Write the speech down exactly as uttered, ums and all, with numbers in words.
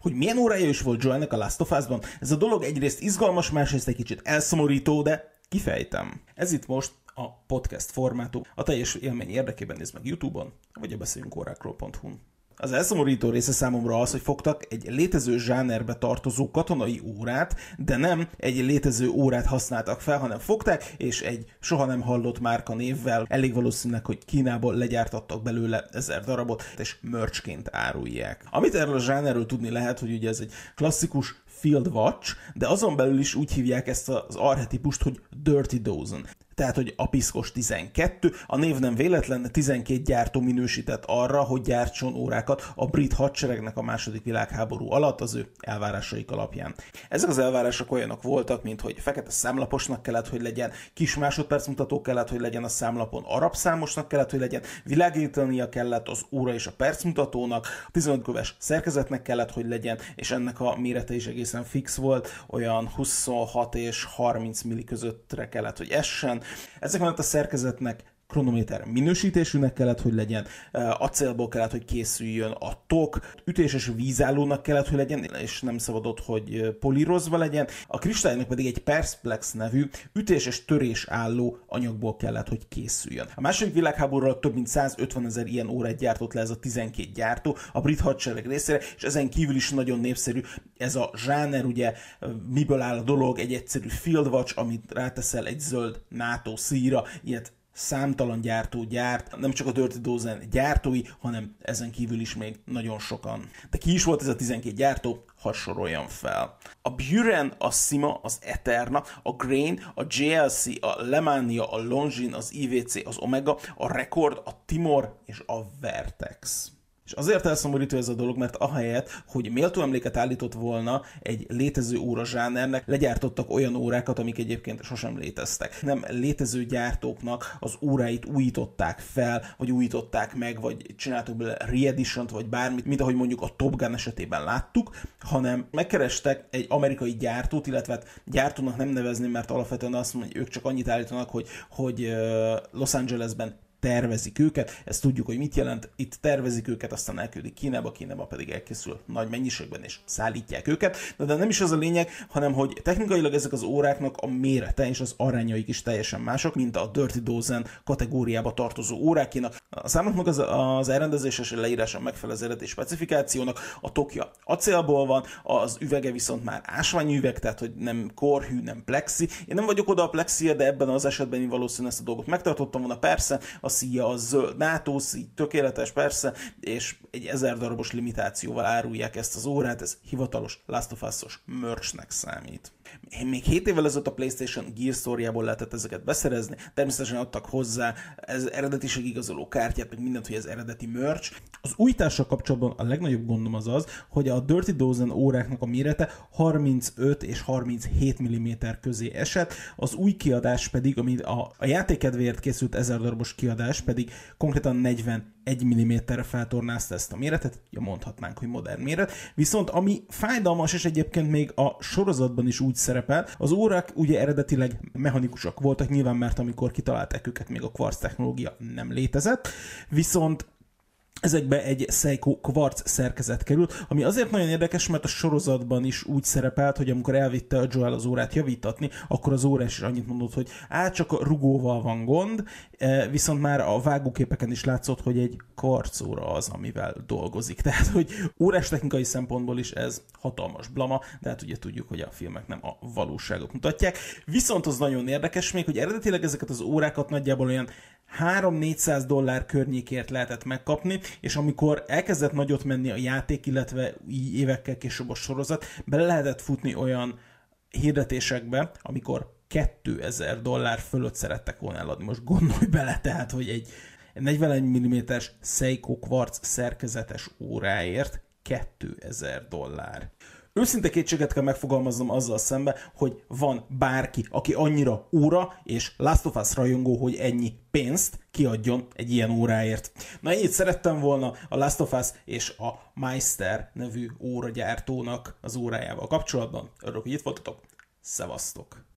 Hogy milyen órája is volt Joelnek a Last of Us-ban, ez a dolog egyrészt izgalmas, másrészt egy kicsit elszomorító, de kifejtem. Ez itt most a podcast formátum. A teljes élmény érdekében nézd meg YouTube-on, vagy a beszéljünk órákról pont hu-n. Az elszomorító része számomra az, hogy fogtak egy létező zsánerbe tartozó katonai órát, de nem egy létező órát használtak fel, hanem fogták, és egy soha nem hallott márka névvel, elég valószínűleg, hogy Kínából legyártattak belőle ezer darabot, és merchként árulják. Amit erről a zsánerről tudni lehet, hogy ugye ez egy klasszikus Field Watch, de azon belül is úgy hívják ezt az archetípust, hogy Dirty Dozen. Tehát, hogy a piszkos tizenkettő, a név nem véletlen, tizenkét gyártó minősített arra, hogy gyártson órákat a brit hadseregnek a második világháború alatt az ő elvárásaik alapján. Ezek az elvárások olyanok voltak, mint hogy fekete számlaposnak kellett, hogy legyen, kis másodpercmutató kellett, hogy legyen a számlapon, arab számosnak kellett, hogy legyen, világítania kellett az óra és a percmutatónak, tizenöt köves szerkezetnek kellett, hogy legyen, és ennek a mérete is egészen fix volt, olyan huszonhat és harminc milli közöttre kellett, hogy essen. Ezek mellett a szerkezetnek kronométer minősítésűnek kellett, hogy legyen, acélból kellett, hogy készüljön a tok, ütéses vízállónak kellett, hogy legyen, és nem szabadott, hogy polírozva legyen, a kristálynak pedig egy Persplex nevű ütés és törés álló anyagból kellett, hogy készüljön. A második világháború alatt több mint százötvenezer ilyen órát gyártott le ez a tizenkét gyártó a brit hadsereg részére, és ezen kívül is nagyon népszerű ez a zsáner, ugye miből áll a dolog, egy egyszerű Field Watch, amit ráteszel egy zöld NATO szíjra, ilyet számtalan gyártó gyárt, nem csak a Dirty Dozen gyártói, hanem ezen kívül is még nagyon sokan. De ki is volt ez a tizenkét gyártó? Hadd soroljam fel. A Buren, a Sima, az Eterna, a Grain, a jé el cé, a Lemania, a Longines, az i vé cé, az Omega, a Record, a Timor és a Vertex. És azért elszomorító ez a dolog, mert ahelyett, hogy méltó emléket állított volna egy létező óra zsánernek, legyártottak olyan órákat, amik egyébként sosem léteztek. Nem létező gyártóknak az óráit újították fel, vagy újították meg, vagy csináltak belőle re-edition-t, vagy bármit, mint ahogy mondjuk a Top Gun esetében láttuk, hanem megkerestek egy amerikai gyártót, illetve hát gyártónak nem nevezném, mert alapvetően azt mondja, hogy ők csak annyit állítanak, hogy, hogy Los Angelesben tervezik őket, ezt tudjuk, hogy mit jelent, itt tervezik őket, aztán elküldik Kínába, Kínába pedig elkészül nagy mennyiségben, és szállítják őket, de, de nem is az a lényeg, hanem hogy technikailag ezek az óráknak a mérete és az arányaik is teljesen mások, mint a Dirty Dozen kategóriába tartozó órákénak. A számoknak az, az elrendezéses leírása megfelel az eredeti specifikációnak, a tokja acélból van, az üvege viszont már ásványüveg, tehát hogy nem korhű, nem plexi. Én nem vagyok oda a plexi, de ebben az esetben én valószínűleg ezt a dolgot megtartottam volna, persze, a szíja a zöld NATO szíj, tökéletes persze, és egy ezer darabos limitációval árulják ezt az órát, ez hivatalos Last of Us-os merchnek számít. Még hét évvel ezelőtt a PlayStation Gear Store-jából lehetett ezeket beszerezni, természetesen adtak hozzá ez eredetiség igazoló kártyát, meg mindent, hogy ez eredeti merch. Az újítással kapcsolatban a legnagyobb gondom az az, hogy a Dirty Dozen óráknak a mérete harmincöt és harminchét milliméter közé esett, az új kiadás pedig, ami a, a játék kedvéért készült ezer darabos kiadás pedig konkrétan negyvenegy milliméterre feltornázta ezt a méretet, ja mondhatnánk, hogy modern méret, viszont ami fájdalmas, és egyébként még a sorozatban is úgy szerepel, az órák ugye eredetileg mechanikusak voltak, nyilván mert amikor kitalálták őket, még a kvarc technológia nem létezett, viszont ezekbe egy Seiko kvarc szerkezet került, ami azért nagyon érdekes, mert a sorozatban is úgy szerepelt, hogy amikor elvitte a Joel az órát javítatni, akkor az órás is annyit mondott, hogy á, csak a rugóval van gond, viszont már a vágóképeken is látszott, hogy egy kvarcóra az, amivel dolgozik. Tehát, hogy órás technikai szempontból is ez hatalmas blama, de hát ugye tudjuk, hogy a filmek nem a valóságot mutatják. Viszont az nagyon érdekes még, hogy eredetileg ezeket az órákat nagyjából olyan három-négyszáz dollár környékért lehetett megkapni, és amikor elkezdett nagyot menni a játék, illetve évekkel később a sorozat, bele lehetett futni olyan hirdetésekbe, amikor kétezer dollár fölött szerettek volna eladni. Most gondolj bele, tehát, hogy egy negyvenegy milliméteres Seiko kvarc szerkezetes óráért kétezer dollár. Őszinte kétséget kell megfogalmaznom azzal szembe, hogy van bárki, aki annyira óra és Last of Us rajongó, hogy ennyi pénzt kiadjon egy ilyen óráért. Na ennyit szerettem volna a Last of Us és a Meister nevű óragyártónak az órájával kapcsolatban. Örülök, hogy itt voltatok. Szevasztok!